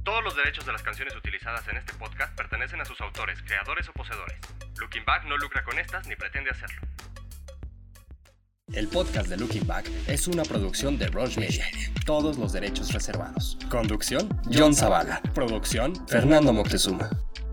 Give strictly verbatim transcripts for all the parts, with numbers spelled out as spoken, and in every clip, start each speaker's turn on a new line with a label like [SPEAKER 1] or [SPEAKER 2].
[SPEAKER 1] Todos los derechos de las canciones utilizadas en este podcast pertenecen a sus autores, creadores o poseedores. Looking Back no lucra con estas ni pretende hacerlo.
[SPEAKER 2] El podcast de Looking Back es una producción de Rush Media. Todos los derechos reservados. Conducción, John Zavala. Producción, Fernando Moctezuma.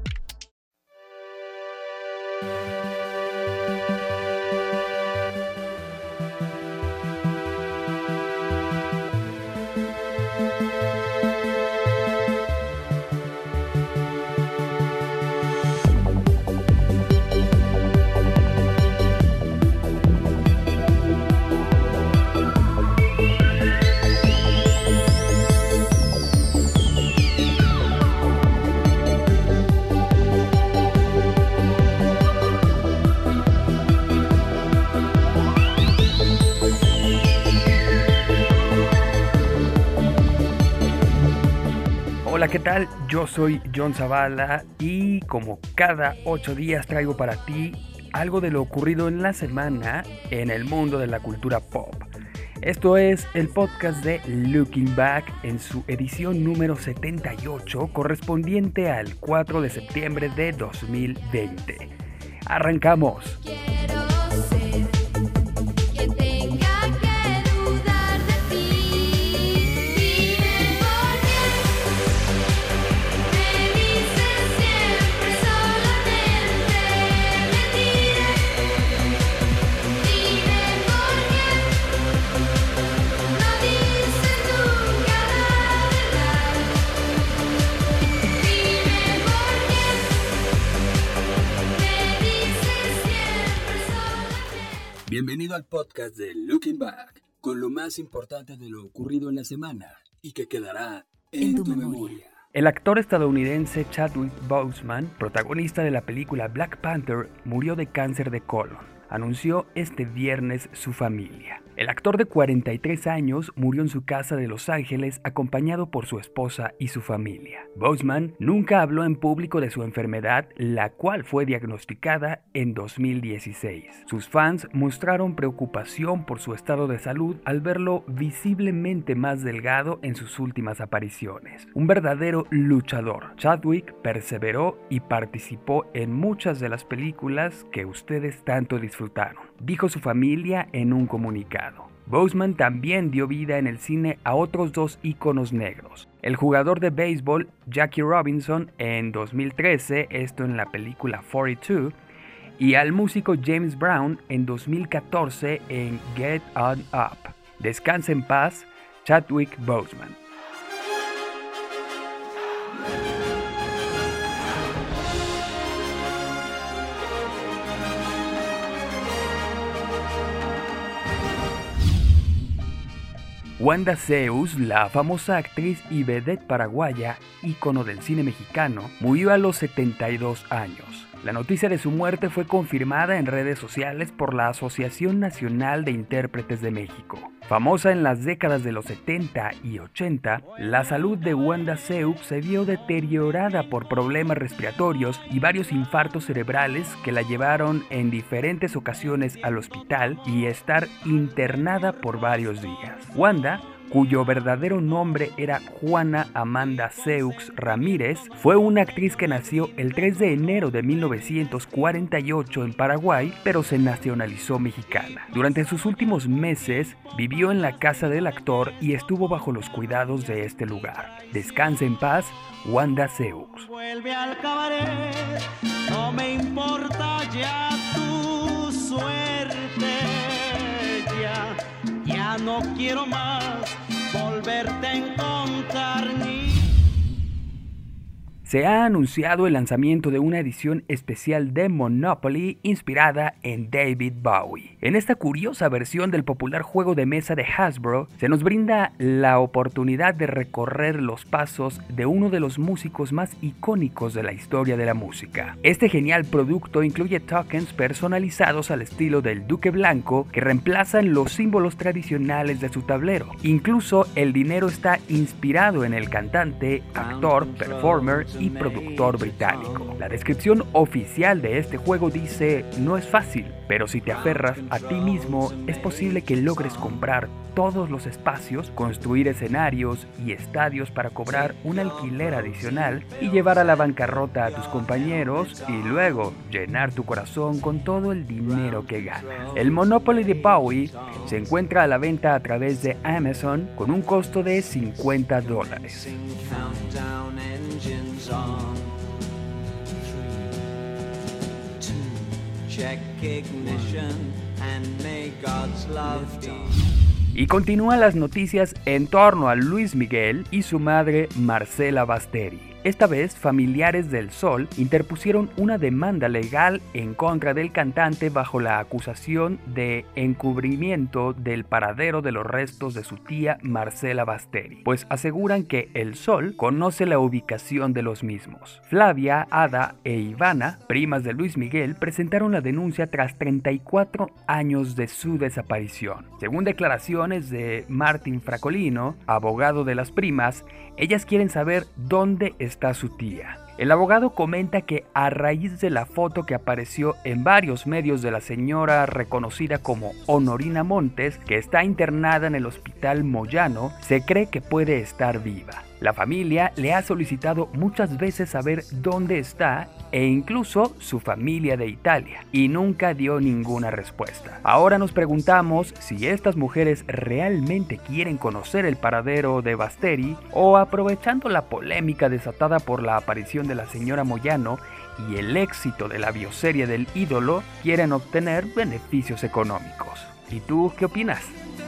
[SPEAKER 3] Hola, ¿qué tal? Yo soy John Zavala y como cada ocho días traigo para ti algo de lo ocurrido en la semana en el mundo de la cultura pop. Esto es el podcast de Looking Back en su edición número setenta y ocho, correspondiente al cuatro de septiembre de dos mil veinte. ¡Arrancamos!
[SPEAKER 2] Bienvenido al podcast de Looking Back, con lo más importante de lo ocurrido en la semana y que quedará en, en tu, tu memoria. memoria.
[SPEAKER 3] El actor estadounidense Chadwick Boseman, protagonista de la película Black Panther, murió de cáncer de colon. Anunció este viernes su familia. El actor de cuarenta y tres años murió en su casa de Los Ángeles acompañado por su esposa y su familia. Boseman nunca habló en público de su enfermedad, la cual fue diagnosticada en dos mil dieciséis. Sus fans mostraron preocupación por su estado de salud al verlo visiblemente más delgado en sus últimas apariciones. Un verdadero luchador, Chadwick perseveró y participó en muchas de las películas que ustedes tanto disfrutaron, dijo su familia en un comunicado. Boseman también dio vida en el cine a otros dos íconos negros. El jugador de béisbol Jackie Robinson en dos mil trece, esto en la película cuarenta y dos, y al músico James Brown en dos mil catorce en Get On Up. Descansa en paz, Chadwick Boseman. Wanda Zeus, la famosa actriz y vedette paraguaya, ícono del cine mexicano, murió a los setenta y dos años. La noticia de su muerte fue confirmada en redes sociales por la Asociación Nacional de Intérpretes de México. Famosa en las décadas de los setenta y ochenta, la salud de Wanda Zeus se vio deteriorada por problemas respiratorios y varios infartos cerebrales que la llevaron en diferentes ocasiones al hospital y estar internada por varios días. Wanda, cuyo verdadero nombre era Juana Amanda Zeus Ramírez, fue una actriz que nació el tres de enero de mil novecientos cuarenta y ocho en Paraguay, pero se nacionalizó mexicana. Durante sus últimos meses vivió en la casa del actor y estuvo bajo los cuidados de este lugar. Descanse en paz, Wanda Zeus.
[SPEAKER 4] Vuelve al cabaret, no me importa ya tu suerte, ya, ya no quiero más volverte a encontrar ni...
[SPEAKER 3] Se ha anunciado el lanzamiento de una edición especial de Monopoly inspirada en David Bowie. En esta curiosa versión del popular juego de mesa de Hasbro, se nos brinda la oportunidad de recorrer los pasos de uno de los músicos más icónicos de la historia de la música. Este genial producto incluye tokens personalizados al estilo del Duque Blanco que reemplazan los símbolos tradicionales de su tablero. Incluso el dinero está inspirado en el cantante, actor, performer y productor británico. La descripción oficial de este juego dice: no es fácil, pero si te aferras a ti mismo, es posible que logres comprar todos los espacios, construir escenarios y estadios para cobrar un alquiler adicional y llevar a la bancarrota a tus compañeros y luego llenar tu corazón con todo el dinero que ganas. El Monopoly de Bowie se encuentra a la venta a través de Amazon con un costo de cincuenta dólares. Y continúan las noticias en torno a Luis Miguel y su madre Marcela Basteri. Esta vez, familiares del Sol interpusieron una demanda legal en contra del cantante bajo la acusación de encubrimiento del paradero de los restos de su tía Marcela Basteri, pues aseguran que el Sol conoce la ubicación de los mismos. Flavia, Ada e Ivana, primas de Luis Miguel, presentaron la denuncia tras treinta y cuatro años de su desaparición. Según declaraciones de Martín Fracolino, abogado de las primas, ellas quieren saber dónde está su tía. El abogado comenta que a raíz de la foto que apareció en varios medios de la señora reconocida como Honorina Montes, que está internada en el Hospital Moyano, se cree que puede estar viva. La familia le ha solicitado muchas veces saber dónde está e incluso su familia de Italia, y nunca dio ninguna respuesta. Ahora nos preguntamos si estas mujeres realmente quieren conocer el paradero de Basteri o, aprovechando la polémica desatada por la aparición de la señora Moyano y el éxito de la bioserie del ídolo, quieren obtener beneficios económicos. ¿Y tú qué opinas?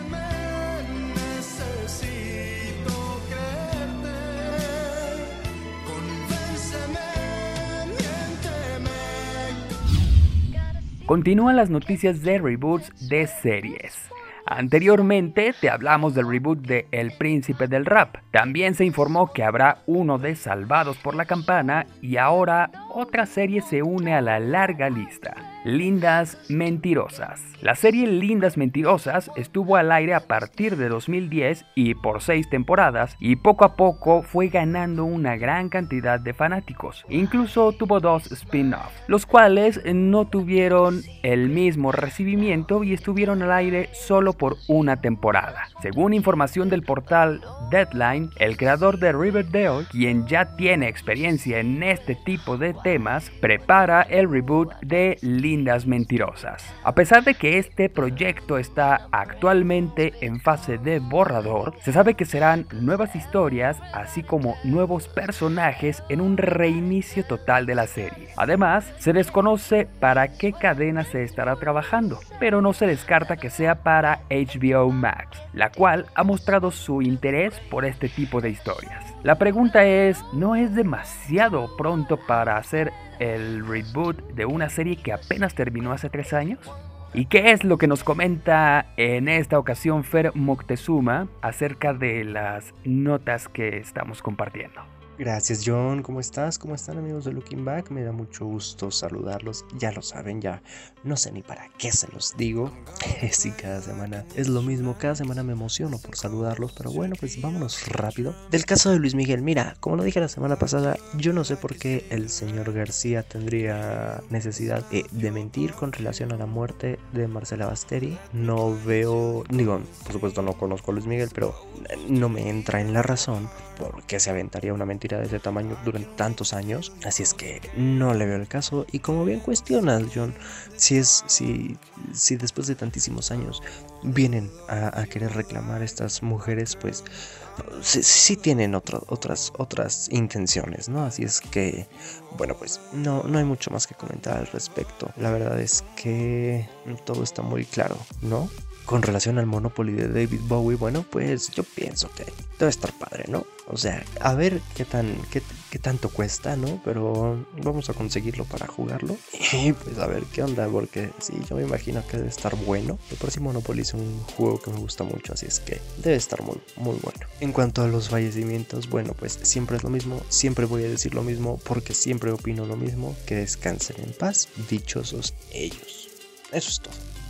[SPEAKER 3] Continúan las noticias de reboots de series. Anteriormente te hablamos del reboot de El Príncipe del Rap. También se informó que habrá uno de Salvados por la Campana y ahora otra serie se une a la larga lista: Lindas Mentirosas. La serie Lindas Mentirosas estuvo al aire a partir de dos mil diez y por seis temporadas, y poco a poco fue ganando una gran cantidad de fanáticos. Incluso tuvo dos spin-offs, los cuales no tuvieron el mismo recibimiento y estuvieron al aire solo por una temporada. Según información del portal Deadline, el creador de Riverdale, quien ya tiene experiencia en este tipo de temas, prepara el reboot de Lindas Mentirosas. A pesar de que este proyecto está actualmente en fase de borrador, se sabe que serán nuevas historias, así como nuevos personajes en un reinicio total de la serie. Además, se desconoce para qué cadena se estará trabajando, pero no se descarta que sea para H B O Max, la cual ha mostrado su interés por este tipo de historias. La pregunta es, ¿no es demasiado pronto para hacer el reboot de una serie que apenas terminó hace tres años? ¿Y qué es lo que nos comenta en esta ocasión Fer Moctezuma acerca de las notas que estamos compartiendo?
[SPEAKER 5] Gracias, John. ¿Cómo estás? ¿Cómo están, amigos de Looking Back? Me da mucho gusto saludarlos. Ya lo saben, ya no sé ni para qué se los digo. Sí, cada semana es lo mismo. Cada semana me emociono por saludarlos. Pero bueno, pues vámonos rápido. Del caso de Luis Miguel. Mira, como lo dije la semana pasada, yo no sé por qué el señor García tendría necesidad eh, de mentir con relación a la muerte de Marcela Basteri. No veo... Digo, por supuesto no conozco a Luis Miguel, pero no me entra en la razón por qué se aventaría una mentira de ese tamaño durante tantos años. Así es que no le veo el caso. Y como bien cuestionas, John, si es si, si después de tantísimos años vienen a, a querer reclamar estas mujeres, pues sí, sí tienen otro, otras otras intenciones, ¿no? Así es que, bueno, pues no, no hay mucho más que comentar al respecto. La verdad es que todo está muy claro, ¿no? Con relación al Monopoly de David Bowie, bueno, pues yo pienso que debe estar padre, ¿no? O sea, a ver qué tan qué, qué tanto cuesta, ¿no? Pero vamos a conseguirlo para jugarlo. Y pues a ver qué onda, porque sí, yo me imagino que debe estar bueno. De por sí Monopoly es un juego que me gusta mucho, así es que debe estar muy, muy bueno. En cuanto a los fallecimientos, bueno, pues siempre es lo mismo, siempre voy a decir lo mismo, porque siempre opino lo mismo, que descansen en paz, dichosos ellos. Eso es todo.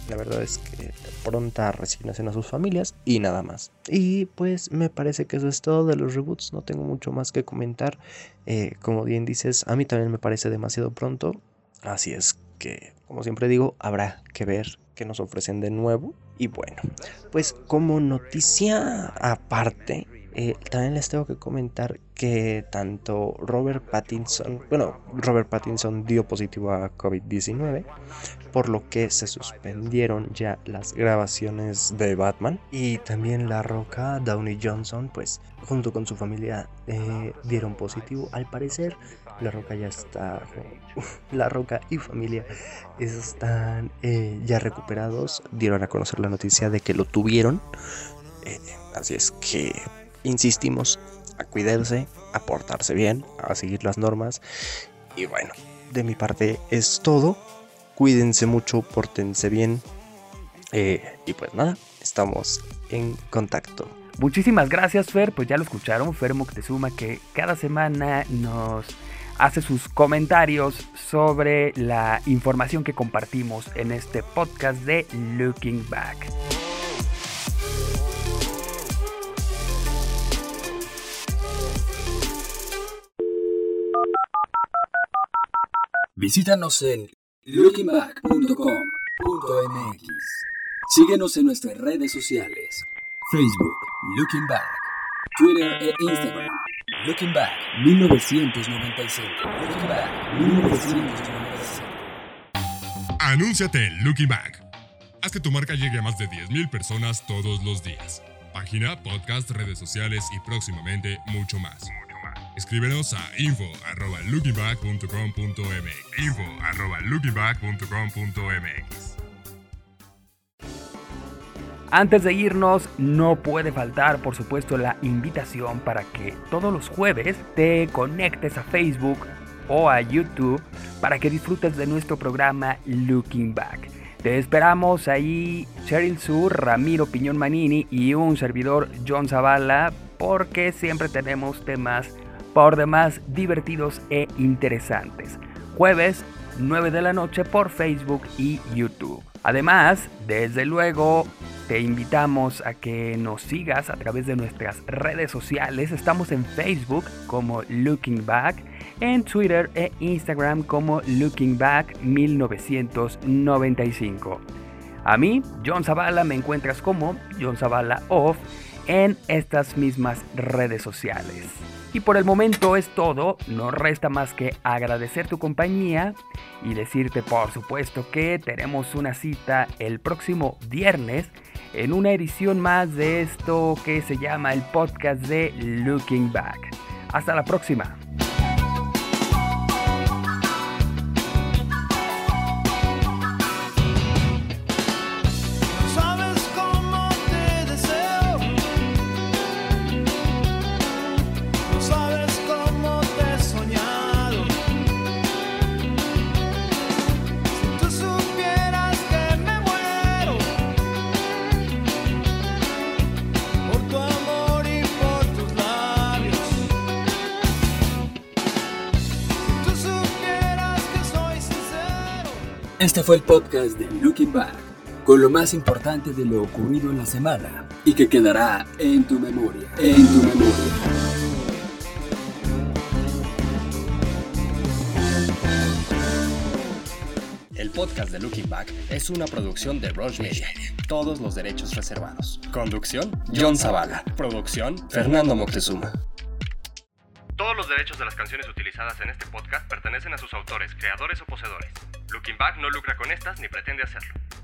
[SPEAKER 5] La verdad es que pronta resignación a sus familias y nada más. Y pues me parece que eso es todo de los reboots. No tengo mucho más que comentar. Eh, como bien dices, a mí también me parece demasiado pronto. Así es que, como siempre digo, habrá que ver qué nos ofrecen de nuevo. Y bueno, pues como noticia aparte, eh, también les tengo que comentar que tanto Robert Pattinson, bueno, Robert Pattinson dio positivo a covid diecinueve, por lo que se suspendieron ya las grabaciones de Batman. Y también La Roca, Downey Johnson, pues junto con su familia eh, dieron positivo. Al parecer La Roca ya está, La Roca y familia están eh, ya recuperados. Dieron a conocer la noticia de que lo tuvieron. Eh, así es que insistimos a cuidarse, a portarse bien, a seguir las normas. Y bueno, de mi parte es todo. Cuídense mucho, pórtense bien. Eh, y pues nada, estamos en contacto.
[SPEAKER 3] Muchísimas gracias, Fer. Pues ya lo escucharon, Fer Moctezuma, que cada semana nos hace sus comentarios sobre la información que compartimos en este podcast de Looking Back.
[SPEAKER 2] Visítanos en looking back punto com punto m x. Síguenos en nuestras redes sociales: Facebook, Looking Back, Twitter e Instagram, Looking Back mil novecientos noventa y cinco. Looking Back mil novecientos noventa y cinco.
[SPEAKER 6] Anúnciate en Looking Back. Haz que tu marca llegue a más de diez mil personas todos los días. Página, podcast, redes sociales y próximamente mucho más. Escríbenos a info arroba looking back punto com punto m x. info arroba looking back punto com punto m x.
[SPEAKER 3] Antes de irnos, no puede faltar, por supuesto, la invitación para que todos los jueves te conectes a Facebook o a YouTube para que disfrutes de nuestro programa Looking Back. Te esperamos ahí, Cheryl Sur, Ramiro Piñón Manini y un servidor, John Zavala, porque siempre tenemos temas por demás divertidos e interesantes. Jueves, nueve de la noche por Facebook y YouTube. Además, desde luego, te invitamos a que nos sigas a través de nuestras redes sociales. Estamos en Facebook como Looking Back, en Twitter e Instagram como Looking Back mil novecientos noventa y cinco. A mí, John Zavala, me encuentras como John Zavala Off en estas mismas redes sociales. Y por el momento es todo, no resta más que agradecer tu compañía y decirte por supuesto que tenemos una cita el próximo viernes en una edición más de esto que se llama el podcast de Looking Back. Hasta la próxima.
[SPEAKER 2] Este fue el podcast de Looking Back, con lo más importante de lo ocurrido en la semana y que quedará en tu memoria, en tu memoria.
[SPEAKER 7] El podcast de Looking Back es una producción de Rush Media. Todos los derechos reservados. Conducción, John Zavala. Producción, Fernando Moctezuma.
[SPEAKER 1] Todos los derechos de las canciones utilizadas en este podcast pertenecen a sus autores, creadores o poseedores. Looking Back no lucra con estas ni pretende hacerlo.